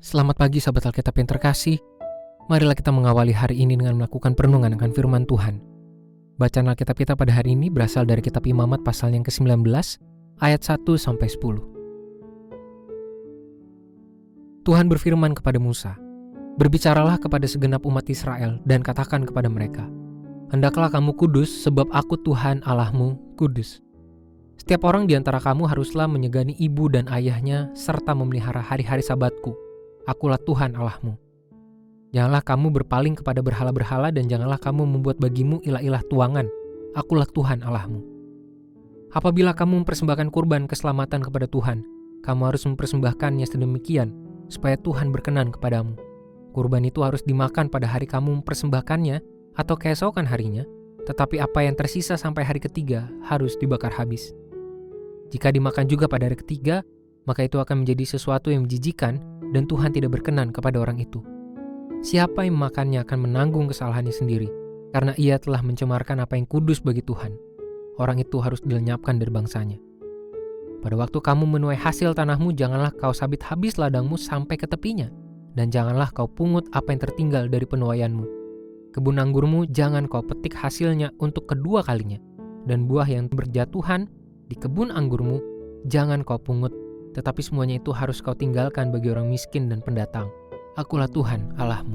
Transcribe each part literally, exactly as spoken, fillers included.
Selamat pagi sahabat Alkitab yang terkasih. Marilah kita mengawali hari ini dengan melakukan perenungan akan firman Tuhan. Bacaan Alkitab kita pada hari ini berasal dari kitab Imamat pasal yang kesembilan belas, ayat satu sampai sepuluh. Tuhan berfirman kepada Musa, "Berbicaralah kepada segenap umat Israel dan katakan kepada mereka, hendaklah kamu kudus sebab aku Tuhan Allahmu kudus. Setiap orang di antara kamu haruslah menyegani ibu dan ayahnya serta memelihara hari-hari sabatku. Akulah Tuhan Allahmu. Janganlah kamu berpaling kepada berhala-berhala dan janganlah kamu membuat bagimu ilah-ilah tuangan. Akulah Tuhan Allahmu. Apabila kamu mempersembahkan kurban keselamatan kepada Tuhan, kamu harus mempersembahkannya sedemikian supaya Tuhan berkenan kepadamu. Kurban itu harus dimakan pada hari kamu mempersembahkannya atau keesokan harinya, tetapi apa yang tersisa sampai hari ketiga harus dibakar habis. Jika dimakan juga pada hari ketiga, maka itu akan menjadi sesuatu yang menjijikan dan Tuhan tidak berkenan kepada orang itu. Siapa yang memakannya akan menanggung kesalahannya sendiri, karena ia telah mencemarkan apa yang kudus bagi Tuhan. Orang itu harus dilenyapkan dari bangsanya. Pada waktu kamu menuai hasil tanahmu, janganlah kau sabit habis ladangmu sampai ke tepinya, dan janganlah kau pungut apa yang tertinggal dari penuaianmu. Kebun anggurmu jangan kau petik hasilnya untuk kedua kalinya, dan buah yang berjatuhan di kebun anggurmu jangan kau pungut, tetapi semuanya itu harus kau tinggalkan bagi orang miskin dan pendatang. Akulah Tuhan Allahmu."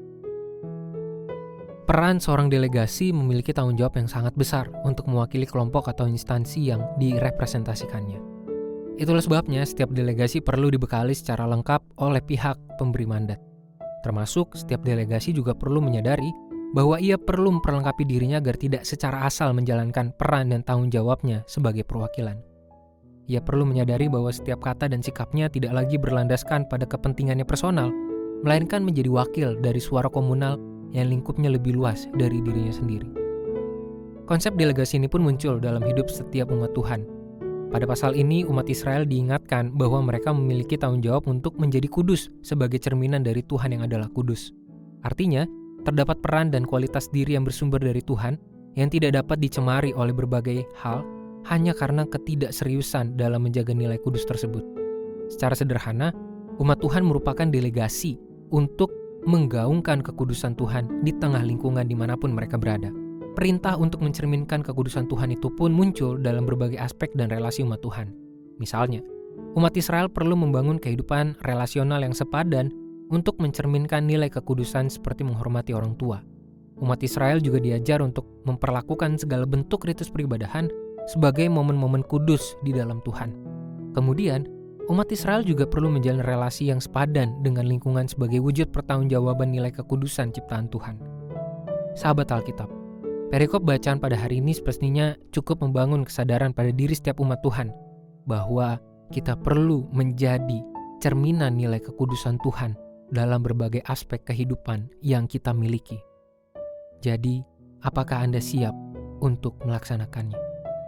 Peran seorang delegasi memiliki tanggung jawab yang sangat besar untuk mewakili kelompok atau instansi yang direpresentasikannya. Itulah sebabnya setiap delegasi perlu dibekali secara lengkap oleh pihak pemberi mandat. Termasuk setiap delegasi juga perlu menyadari bahwa ia perlu memperlengkapi dirinya agar tidak secara asal menjalankan peran dan tanggung jawabnya sebagai perwakilan. Ia perlu menyadari bahwa setiap kata dan sikapnya tidak lagi berlandaskan pada kepentingannya personal, melainkan menjadi wakil dari suara komunal yang lingkupnya lebih luas dari dirinya sendiri. Konsep delegasi ini pun muncul dalam hidup setiap umat Tuhan. Pada pasal ini, umat Israel diingatkan bahwa mereka memiliki tanggung jawab untuk menjadi kudus sebagai cerminan dari Tuhan yang adalah kudus. Artinya, terdapat peran dan kualitas diri yang bersumber dari Tuhan yang tidak dapat dicemari oleh berbagai hal hanya karena ketidakseriusan dalam menjaga nilai kudus tersebut. Secara sederhana, umat Tuhan merupakan delegasi untuk menggaungkan kekudusan Tuhan di tengah lingkungan dimanapun mereka berada. Perintah untuk mencerminkan kekudusan Tuhan itu pun muncul dalam berbagai aspek dan relasi umat Tuhan. Misalnya, umat Israel perlu membangun kehidupan relasional yang sepadan untuk mencerminkan nilai kekudusan seperti menghormati orang tua. Umat Israel juga diajar untuk memperlakukan segala bentuk ritus peribadahan sebagai momen-momen kudus di dalam Tuhan. Kemudian, umat Israel juga perlu menjalin relasi yang sepadan dengan lingkungan sebagai wujud pertanggungjawaban nilai kekudusan ciptaan Tuhan. Sahabat Alkitab, perikop bacaan pada hari ini sepertinya cukup membangun kesadaran pada diri setiap umat Tuhan bahwa kita perlu menjadi cerminan nilai kekudusan Tuhan dalam berbagai aspek kehidupan yang kita miliki. Jadi, apakah Anda siap untuk melaksanakannya?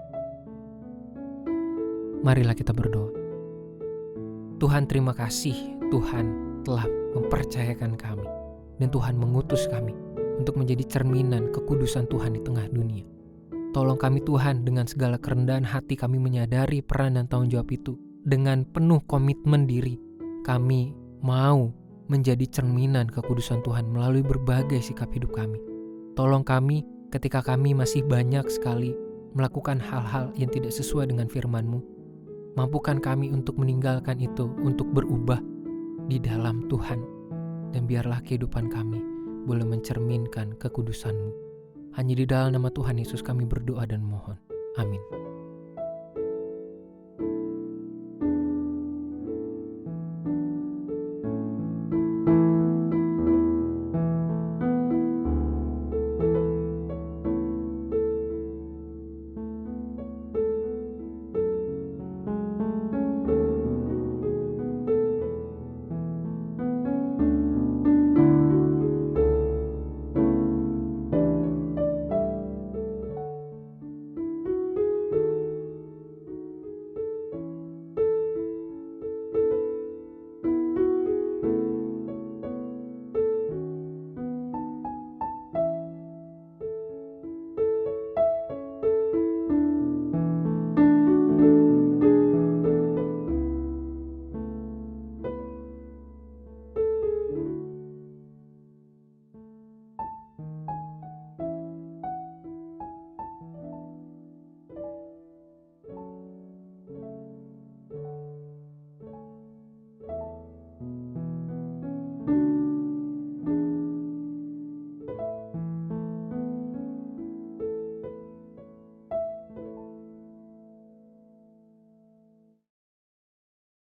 Marilah kita berdoa. Tuhan, terima kasih Tuhan telah mempercayakan kami dan Tuhan mengutus kami untuk menjadi cerminan kekudusan Tuhan di tengah dunia. Tolong kami Tuhan, dengan segala kerendahan hati kami menyadari peran dan tanggung jawab itu. Dengan penuh komitmen diri, kami mau menjadi cerminan kekudusan Tuhan melalui berbagai sikap hidup kami. Tolong kami ketika kami masih banyak sekali melakukan hal-hal yang tidak sesuai dengan firman-Mu. Mampukan kami untuk meninggalkan itu, untuk berubah di dalam Tuhan. Dan biarlah kehidupan kami boleh mencerminkan kekudusan-Mu. Hanya di dalam nama Tuhan Yesus kami berdoa dan mohon. Amin.